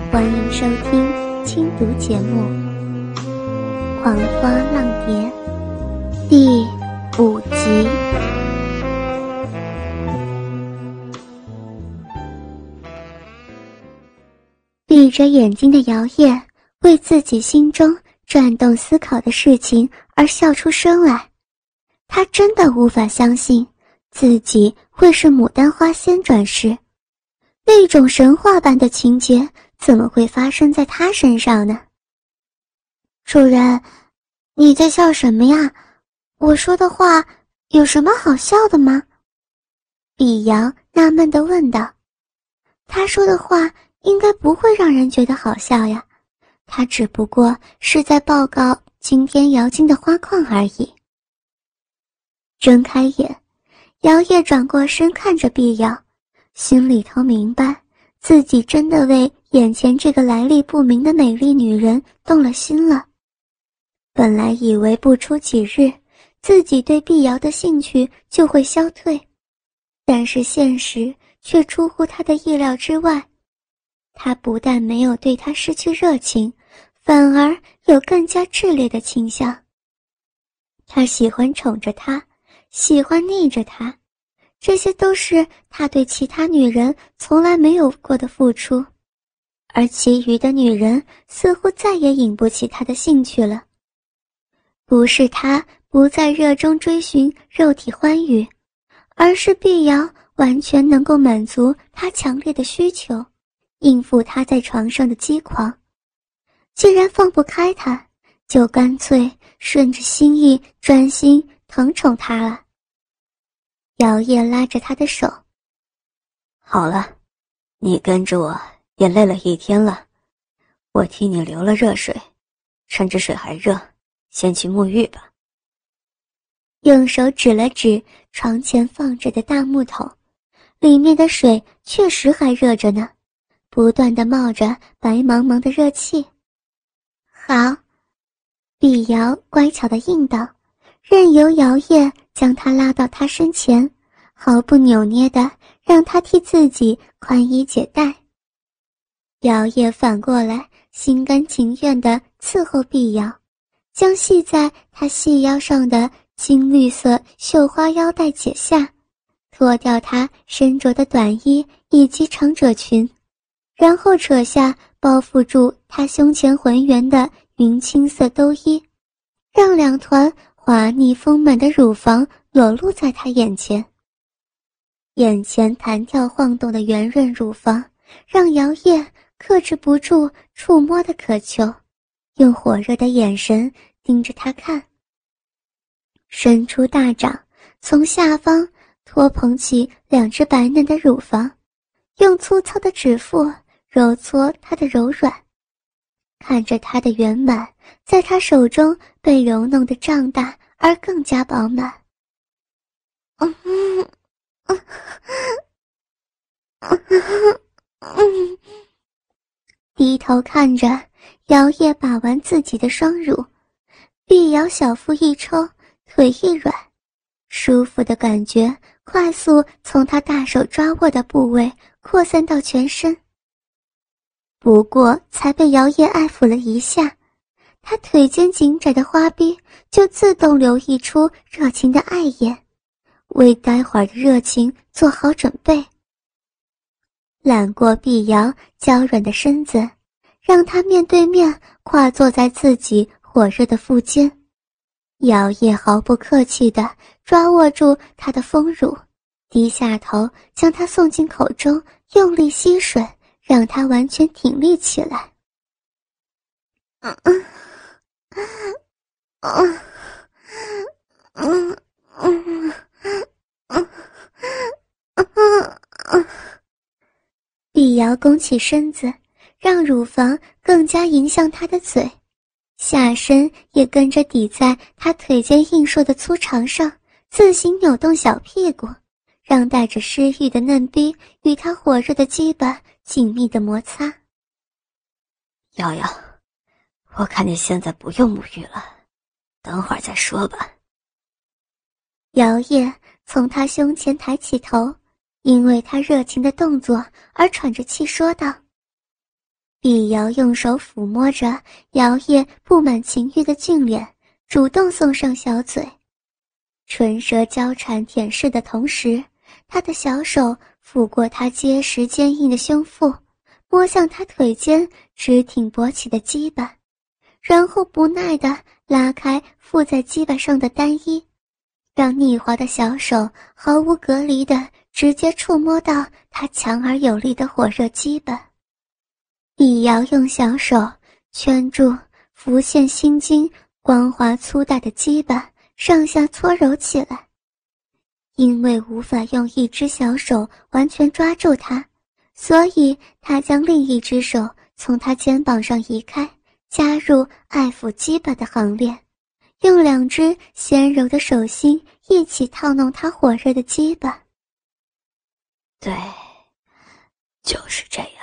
欢迎收听轻读节目《狂花浪蝶》第5集。闭着眼睛的姚叶为自己心中转动思考的事情而笑出声来，他真的无法相信自己会是牡丹花仙转世，那种神话般的情节怎么会发生在他身上呢？主人，你在笑什么呀？我说的话有什么好笑的吗？碧瑶纳闷地问道。他说的话应该不会让人觉得好笑呀，他只不过是在报告今天瑶京的花况而已。睁开眼，姚叶转过身看着碧瑶，心里头明白自己真的为眼前这个来历不明的美丽女人动了心了。本来以为不出几日自己对碧瑶的兴趣就会消退，但是现实却出乎他的意料之外。他不但没有对她失去热情，反而有更加炽烈的倾向。他喜欢宠着她，喜欢腻着她，这些都是他对其他女人从来没有过的付出，而其余的女人似乎再也引不起他的兴趣了。不是他不再热衷追寻肉体欢愉，而是碧瑶完全能够满足他强烈的需求，应付他在床上的激狂。既然放不开他，就干脆顺着心意专心疼宠他了。姚叶拉着他的手， 好了，你跟着我也累了一天了，我替你留了热水，趁着水还热，先去沐浴吧。 用手指了指床前放着的大木桶，里面的水确实还热着呢，不断地冒着白茫茫的热气。好，碧瑶乖巧地应道，任由姚叶将她拉到他身前，毫不扭捏地让他替自己宽衣解带。姚叶反过来心甘情愿地伺候碧瑶，将系在她细腰上的金绿色绣花腰带解下，脱掉她身着的短衣以及长褶裙，然后扯下包覆住她胸前浑圆的云青色兜衣，让2团滑腻丰满的乳房裸露在她眼前。眼前弹跳晃动的圆润乳房让姚叶克制不住触摸的渴求，用火热的眼神盯着她看。伸出大掌，从下方托捧起2只白嫩的乳房，用粗糙的指腹揉搓她的柔软，看着她的圆满在她手中被揉弄得胀大而更加饱满。低头看着姚叶把玩自己的双乳，碧瑶小腹一抽，腿一软，舒服的感觉快速从他大手抓握的部位扩散到全身。不过才被姚叶爱抚了一下，他腿间紧窄的花臂就自动流溢出热情的爱眼，为待会儿的热情做好准备。揽过碧瑶娇软的身子，让她面对面跨坐在自己火热的腹间。姚叶毫不客气地抓握住她的丰乳，低下头将她送进口中，用力吸吮，让她完全挺立起来。碧瑶弓起身子，让乳房更加迎向她的嘴，下身也跟着抵在她腿间硬硕的粗长上，自行扭动小屁股，让带着湿欲的嫩逼与她火热的鸡巴紧密的摩擦。 瑶瑶，我看你现在不用沐浴了，等会儿再说吧。 姚叶从她胸前抬起头，因为他热情的动作而喘着气说道。 碧瑶用手抚摸着姚叶布满情欲的俊脸，主动送上小嘴，唇舌交缠舔舐的同时，他的小手抚过他结实坚硬的胸腹，摸向他腿间直挺勃起的鸡巴，然后不耐地拉开附在鸡巴上的单衣，让腻滑的小手毫无隔离地直接触摸到他强而有力的火热鸡巴。碧瑶用小手圈住浮现心经光滑粗大的鸡巴，上下搓揉起来。因为无法用一只小手完全抓住它，所以他将另一只手从他肩膀上移开，加入爱抚鸡巴的行列，用两只纤柔的手心一起套弄他火热的鸡巴。 对，就是这样。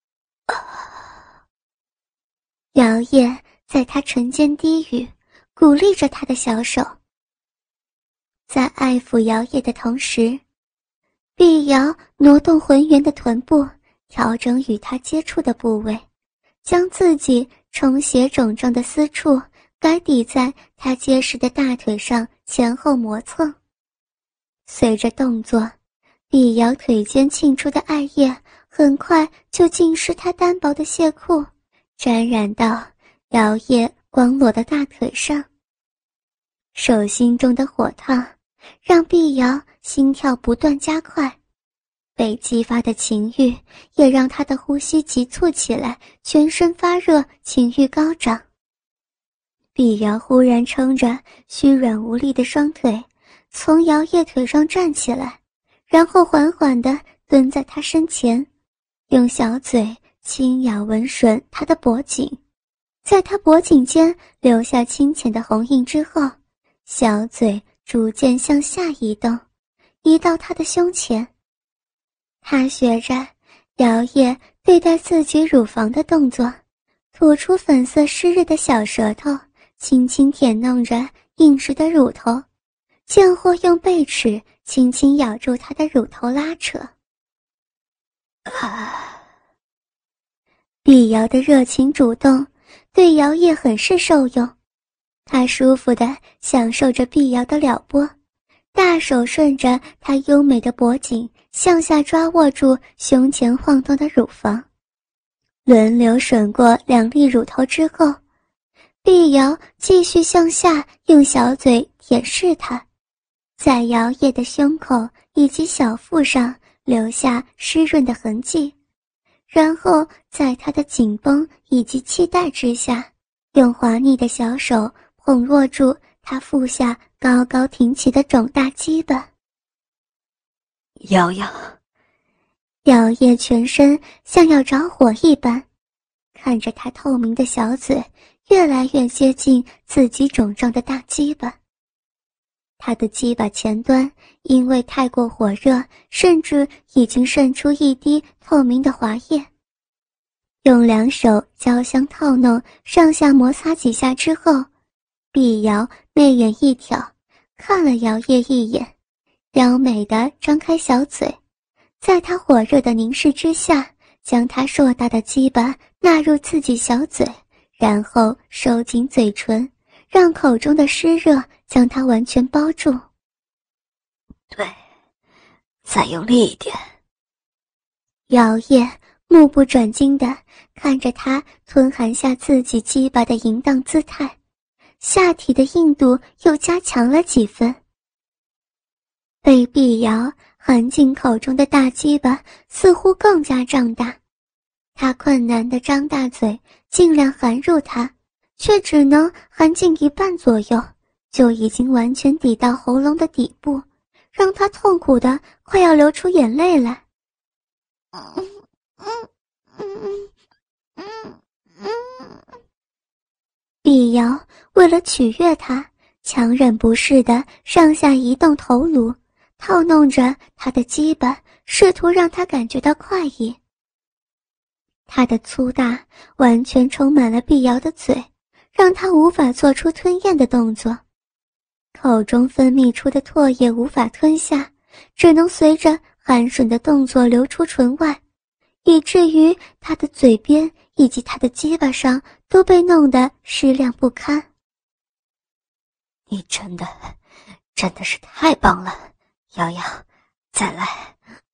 姚叶在他唇间低语，鼓励着他的小手。在爱抚姚叶的同时，碧瑶挪动浑圆的臀部，调整与他接触的部位，将自己充血肿胀的私处该抵在他结实的大腿上前后磨蹭。随着动作，碧瑶腿间沁出的爱液很快就浸湿他单薄的亵裤，沾染到姚叶光裸的大腿上。手心中的火烫让碧瑶心跳不断加快，被激发的情欲也让她的呼吸急促起来，全身发热，情欲高涨。碧瑶忽然撑着虚软无力的双腿，从姚叶腿上站起来，然后缓缓地蹲在他身前，用小嘴轻咬吻吮他的脖颈，在他脖颈间留下清浅的红印之后，小嘴逐渐向下移动，移到他的胸前。他学着姚叶对待自己乳房的动作，吐出粉色湿润的小舌头，轻轻舔弄着硬实的乳头，见或用背齿轻轻咬住他的乳头拉扯。碧瑶的热情主动对姚叶很是受用，他舒服地享受着碧瑶的撩拨，大手顺着她优美的脖颈向下抓握住胸前晃动的乳房，轮流吮过两粒乳头之后，碧瑶继续向下用小嘴舔舐她，在姚叶的胸口以及小腹上留下湿润的痕迹，然后在他的紧绷以及期待之下，用滑腻的小手捧握住他腹下高高挺起的肿大鸡巴。 瑶瑶， 姚叶全身像要着火一般，看着他透明的小嘴越来越接近自己肿胀的大鸡巴。他的鸡巴前端因为太过火热，甚至已经渗出一滴透明的滑液。用两手交相套弄，上下摩擦几下之后，碧瑶媚眼一挑，看了姚叶一眼，妖美地张开小嘴，在他火热的凝视之下，将他硕大的鸡巴纳入自己小嘴，然后收紧嘴唇，让口中的湿热将它完全包住。 对，再用力一点。 姚叶目不转睛地看着他吞含下自己鸡巴的淫荡姿态，下体的硬度又加强了几分。被碧瑶含进口中的大鸡巴似乎更加胀大，他困难地张大嘴，尽量含入它，却只能含进一半左右，就已经完全抵到喉咙的底部，让他痛苦得快要流出眼泪来。碧瑶为了取悦他，强忍不适地上下移动头颅，套弄着他的鸡巴，试图让他感觉到快意。他的粗大完全充满了碧瑶的嘴，让他无法做出吞咽的动作，口中分泌出的唾液无法吞下，只能随着含吮的动作流出唇外，以至于他的嘴边以及他的鸡巴上都被弄得湿亮不堪。 你真的是太棒了，瑶瑶，再来！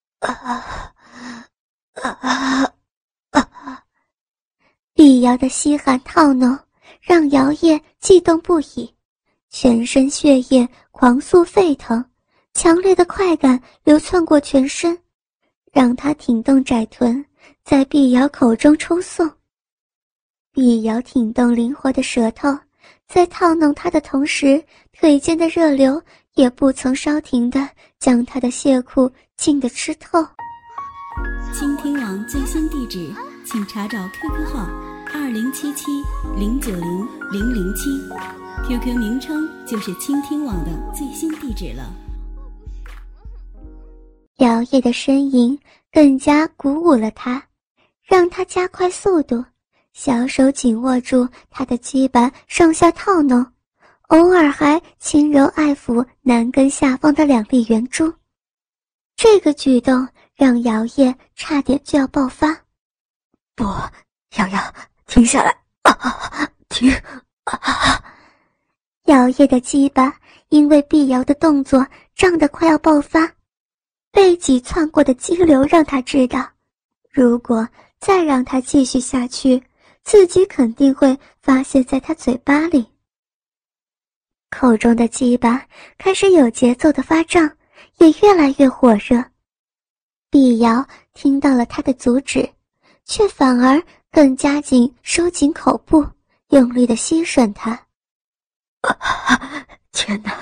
碧瑶的吸汗套弄让姚烨悸动不已，全身血液狂速沸腾，强烈的快感流窜过全身，让他挺动窄臀，在碧瑶口中抽送。碧瑶挺动灵活的舌头，在套弄他的同时，腿间的热流也不曾稍停地将他的血裤浸得吃透。 倾听网最新地址，请查找 QQ 号2077-090-007，QQ 名称就是倾听网的最新地址了。 姚烨的呻吟更加鼓舞了他，让他加快速度，小手紧握住他的鸡巴上下套弄，偶尔还轻柔爱抚男根下方的2粒圆珠。这个举动让姚烨差点就要爆发。 不，瑶瑶，停下来！停！ 姚烨的鸡巴因为碧瑶的动作胀得快要爆发，背脊窜过的激流让他知道，如果再让他继续下去，自己肯定会发泄在他嘴巴里。口中的鸡巴开始有节奏的发胀，也越来越火热。碧瑶听到了他的阻止，却反而更加收紧口部，用力地吸吮他。 天哪！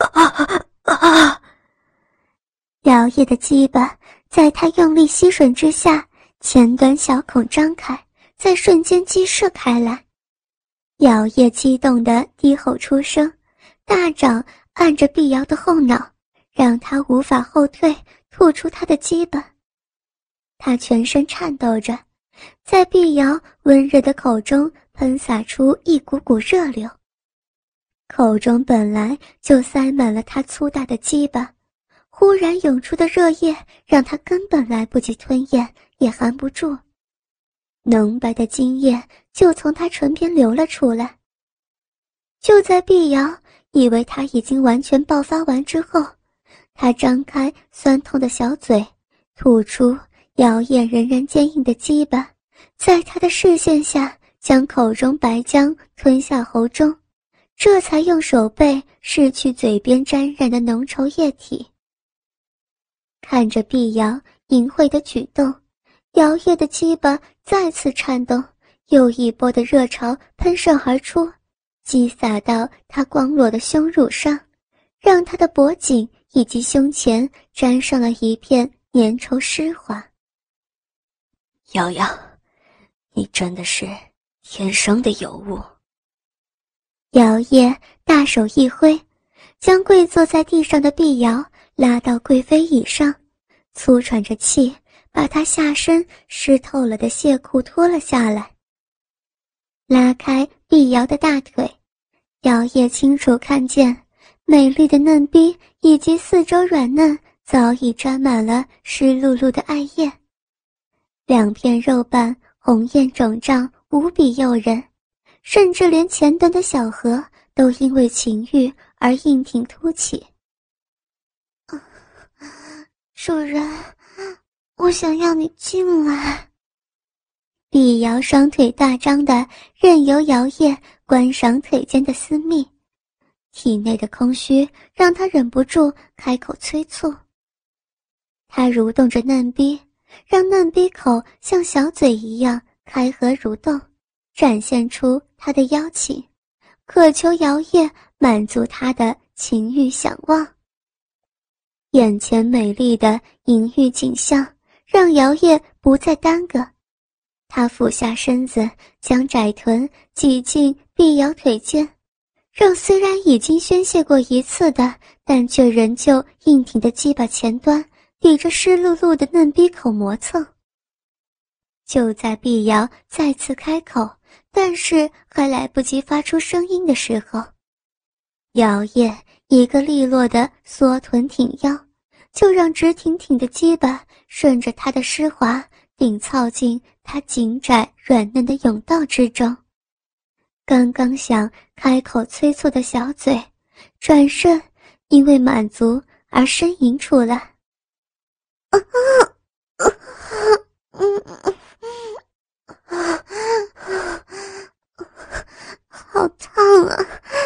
姚烨的鸡巴在他用力吸吮之下，前端小孔张开，在瞬间激射开来。姚烨激动地低吼出声，大掌按着碧瑶的后脑，让他无法后退，吐出他的鸡巴。他全身颤抖着，在碧瑶温热的口中喷洒出一股股热流。口中本来就塞满了他粗大的鸡巴，忽然涌出的热液让他根本来不及吞咽，也含不住。浓白的精液就从他唇边流了出来。就在碧瑶以为他已经完全爆发完之后，他张开酸痛的小嘴，吐出姚烨仍然坚硬的鸡巴，在他的视线下将口中白浆吞下喉中，这才用手背拭去嘴边沾染的浓稠液体。看着碧瑶淫秽的举动，姚烨的鸡巴再次颤动，又一波的热潮喷射而出，击洒到他光裸的胸乳上，让他的脖颈以及胸前沾上了一片粘稠湿滑。 瑶瑶，你真的是天生的尤物。 姚烨大手一挥，将跪坐在地上的碧瑶拉到贵妃椅上，粗喘着气，把她下身湿透了的亵裤脱了下来。拉开碧瑶的大腿，姚烨清楚看见美丽的嫩逼以及四周软嫩早已沾满了湿漉漉的艾叶，2片肉瓣红艳肿胀，无比诱人，甚至连前端的小河都因为情欲而硬挺凸起。主人，我想要你进来。碧瑶双腿大张的任由姚烨观赏腿间的私密，体内的空虚让他忍不住开口催促。他蠕动着嫩逼，让嫩逼口像小嘴一样开合蠕动，展现出他的妖气，渴求姚烨满足他的情欲想望。眼前美丽的淫欲景象让姚烨不再耽搁，他俯下身子，将窄臀挤进碧瑶腿间，让虽然已经宣泄过一次的，但却仍旧硬挺的鸡巴前端抵着湿漉漉的嫩逼口磨蹭。就在碧瑶再次开口，但是还来不及发出声音的时候，姚烨一个利落的缩臀挺腰，就让直挺挺的鸡巴顺着他的湿滑顶操进他紧窄软嫩的甬道之中。刚刚想开口催促的小嘴，转瞬因为满足而呻吟出来。好烫啊！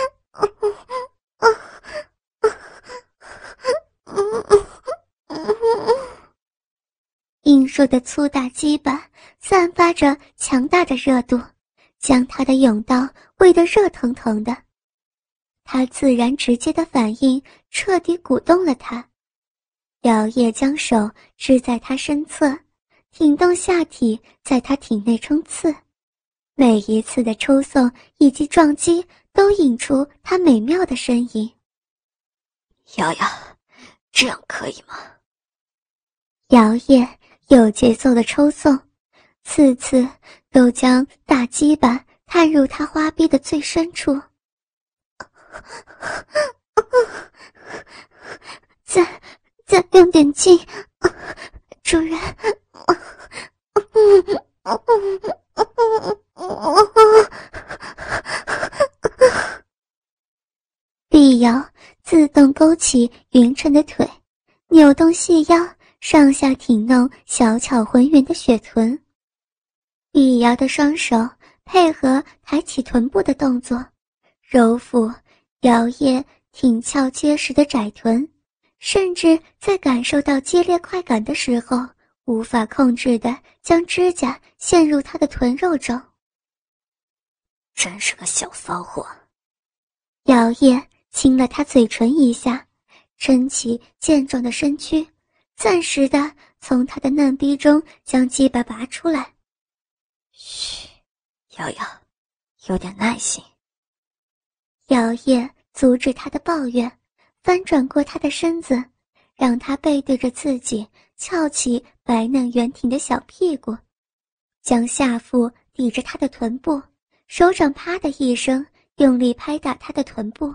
硬硕的粗大鸡巴散发着强大的热度，将他的甬道喂得热腾腾的。他自然直接的反应彻底鼓动了他。姚烨将手支在他身侧，挺动下体在他体内冲刺，每一次的抽送以及撞击都引出他美妙的呻吟。 瑶瑶，这样可以吗？ 姚烨有节奏的抽送，次次都将大鸡巴探入他花臂的最深处。再用点劲，主人。碧瑶自动勾起匀称的腿，扭动细腰，上下挺弄小巧浑圆的雪臀。碧瑶的双手配合抬起臀部的动作，揉抚摇曳挺翘结实的窄臀，甚至在感受到激烈快感的时候，无法控制地将指甲陷入他的臀肉中。 真是个小骚货。 姚烨亲了他嘴唇一下，撑起健壮的身躯，暂时地从他的嫩逼中将鸡巴拔出来。 嘘，瑶瑶，有点耐心。 姚烨阻止他的抱怨，翻转过他的身子，让他背对着自己，翘起白嫩圆挺的小屁股，将下腹抵着他的臀部，手掌啪的一声用力拍打他的臀部。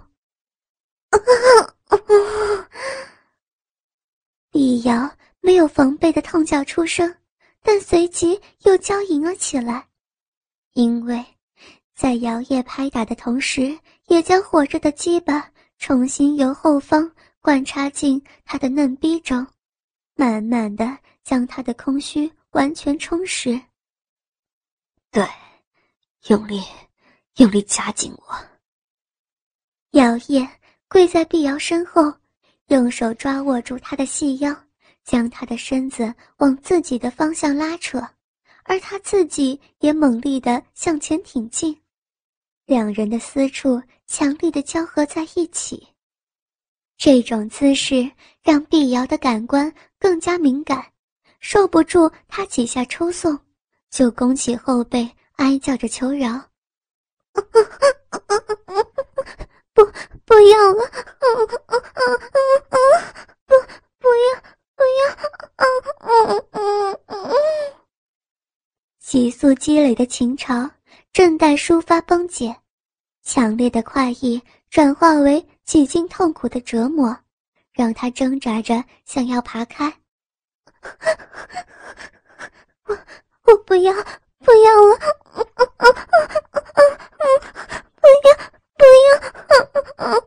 碧瑶没有防备的痛叫出声，但随即又娇吟了起来，因为在摇曳拍打的同时，也将火热的鸡巴重新由后方灌插进他的嫩逼中，满满的将他的空虚完全充实。 对，用力夹紧我。 姚烨跪在碧瑶身后，用手抓握住她的细腰，将她的身子往自己的方向拉扯，而他自己也猛力地向前挺进，两人的私处强力地交合在一起。这种姿势让碧瑶的感官更加敏感，受不住他几下抽送，就弓起后背哀叫着求饶。不要了，不要。急速积累的情潮正待抒发崩解，强烈的快意转化为几经痛苦的折磨，让他挣扎着想要爬开。我不要了，不要。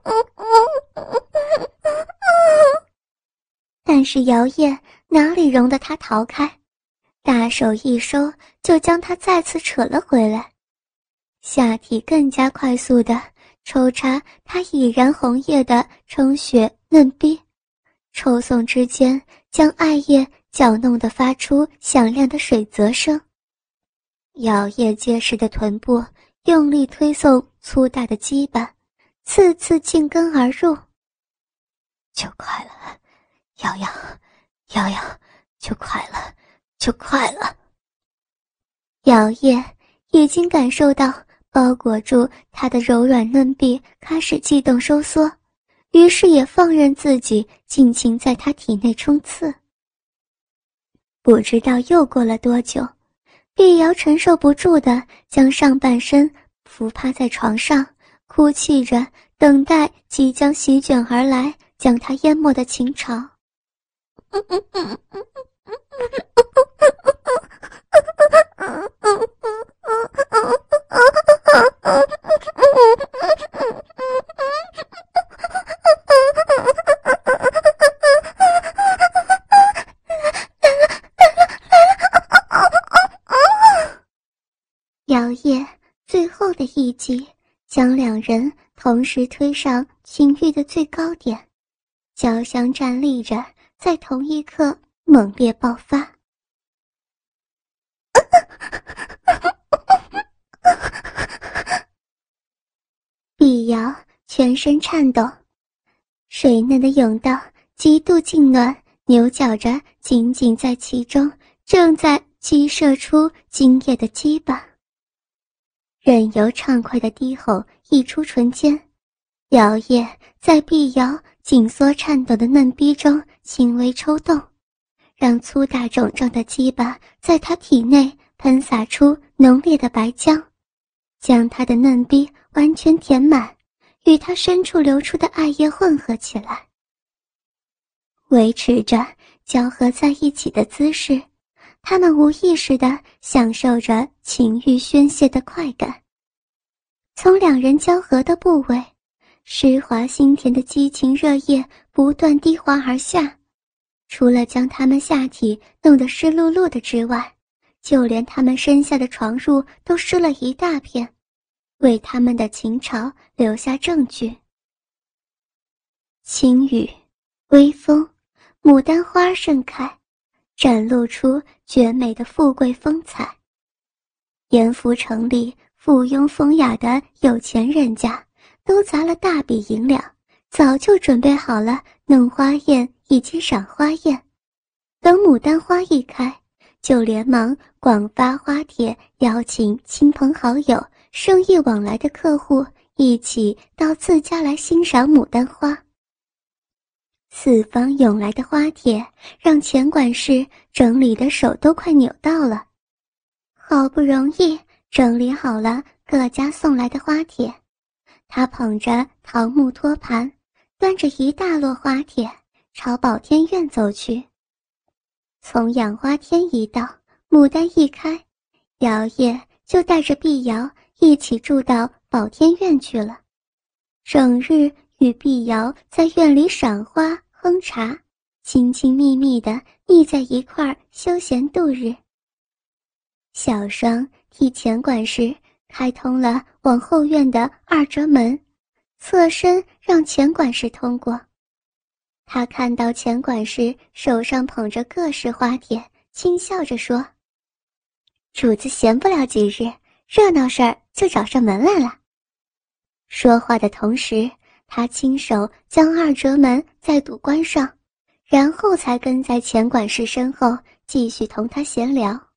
但是姚烨哪里容得他逃开，大手一收就将他再次扯了回来，下体更加快速地抽插他已然红叶的充血嫩逼，抽送之间将艾叶搅弄得发出响亮的水泽声。姚烨结实的臀部用力推送粗大的鸡巴，次次进根而入。 就快了，瑶瑶，就快了。 姚烨已经感受到包裹住他的柔软嫩壁开始悸动收缩，于是也放任自己尽情在他体内冲刺。不知道又过了多久，碧瑶承受不住地将上半身伏趴在床上，哭泣着等待即将席卷而来将他淹没的情潮。 烨最后的一击，将两人同时推上情欲的最高点，交相站立着，在同一刻猛烈爆发。碧瑶全身颤抖，水嫩的甬道极度痉挛，扭绞着紧紧在其中，正在激射出精液的鸡巴。任由畅快的低吼溢出唇间，摇曳在碧瑶紧缩颤抖的嫩逼中轻微抽动，让粗大肿胀的鸡巴在他体内喷洒出浓烈的白浆，将他的嫩逼完全填满，与他深处流出的爱液混合起来。维持着交合在一起的姿势，他们无意识地享受着情欲宣泄的快感。从两人交合的部位，湿滑腥甜的激情热液不断滴滑而下，除了将他们下体弄得湿漉漉的之外，就连他们身下的床褥都湿了一大片，为他们的情潮留下证据。轻雨，微风，牡丹花盛开，展露出绝美的富贵风采。盐福城里附庸风雅的有钱人家都砸了大笔银两，早就准备好了弄花宴以及赏花宴。等牡丹花一开，就连忙广发花帖，邀请亲朋好友、生意往来的客户一起到自家来欣赏牡丹花。四方涌来的花帖让钱管事整理的手都快扭到了。好不容易整理好了各家送来的花帖，他捧着桃木托盘，端着一大摞花帖朝宝天院走去。从养花天一到，牡丹一开，姚烨就带着碧瑶一起住到宝天院去了，整日与碧瑶在院里赏花哼茶，亲亲密密地腻在一块儿休闲度日。小双替钱管事开通了往后院的二折门，侧身让钱管事通过。他看到钱管事手上捧着各式花帖，轻笑着说：“主子闲不了几日，热闹事儿就找上门来了。”说话的同时，他亲手将二折门再度关上，然后才跟在钱管事身后继续同他闲聊。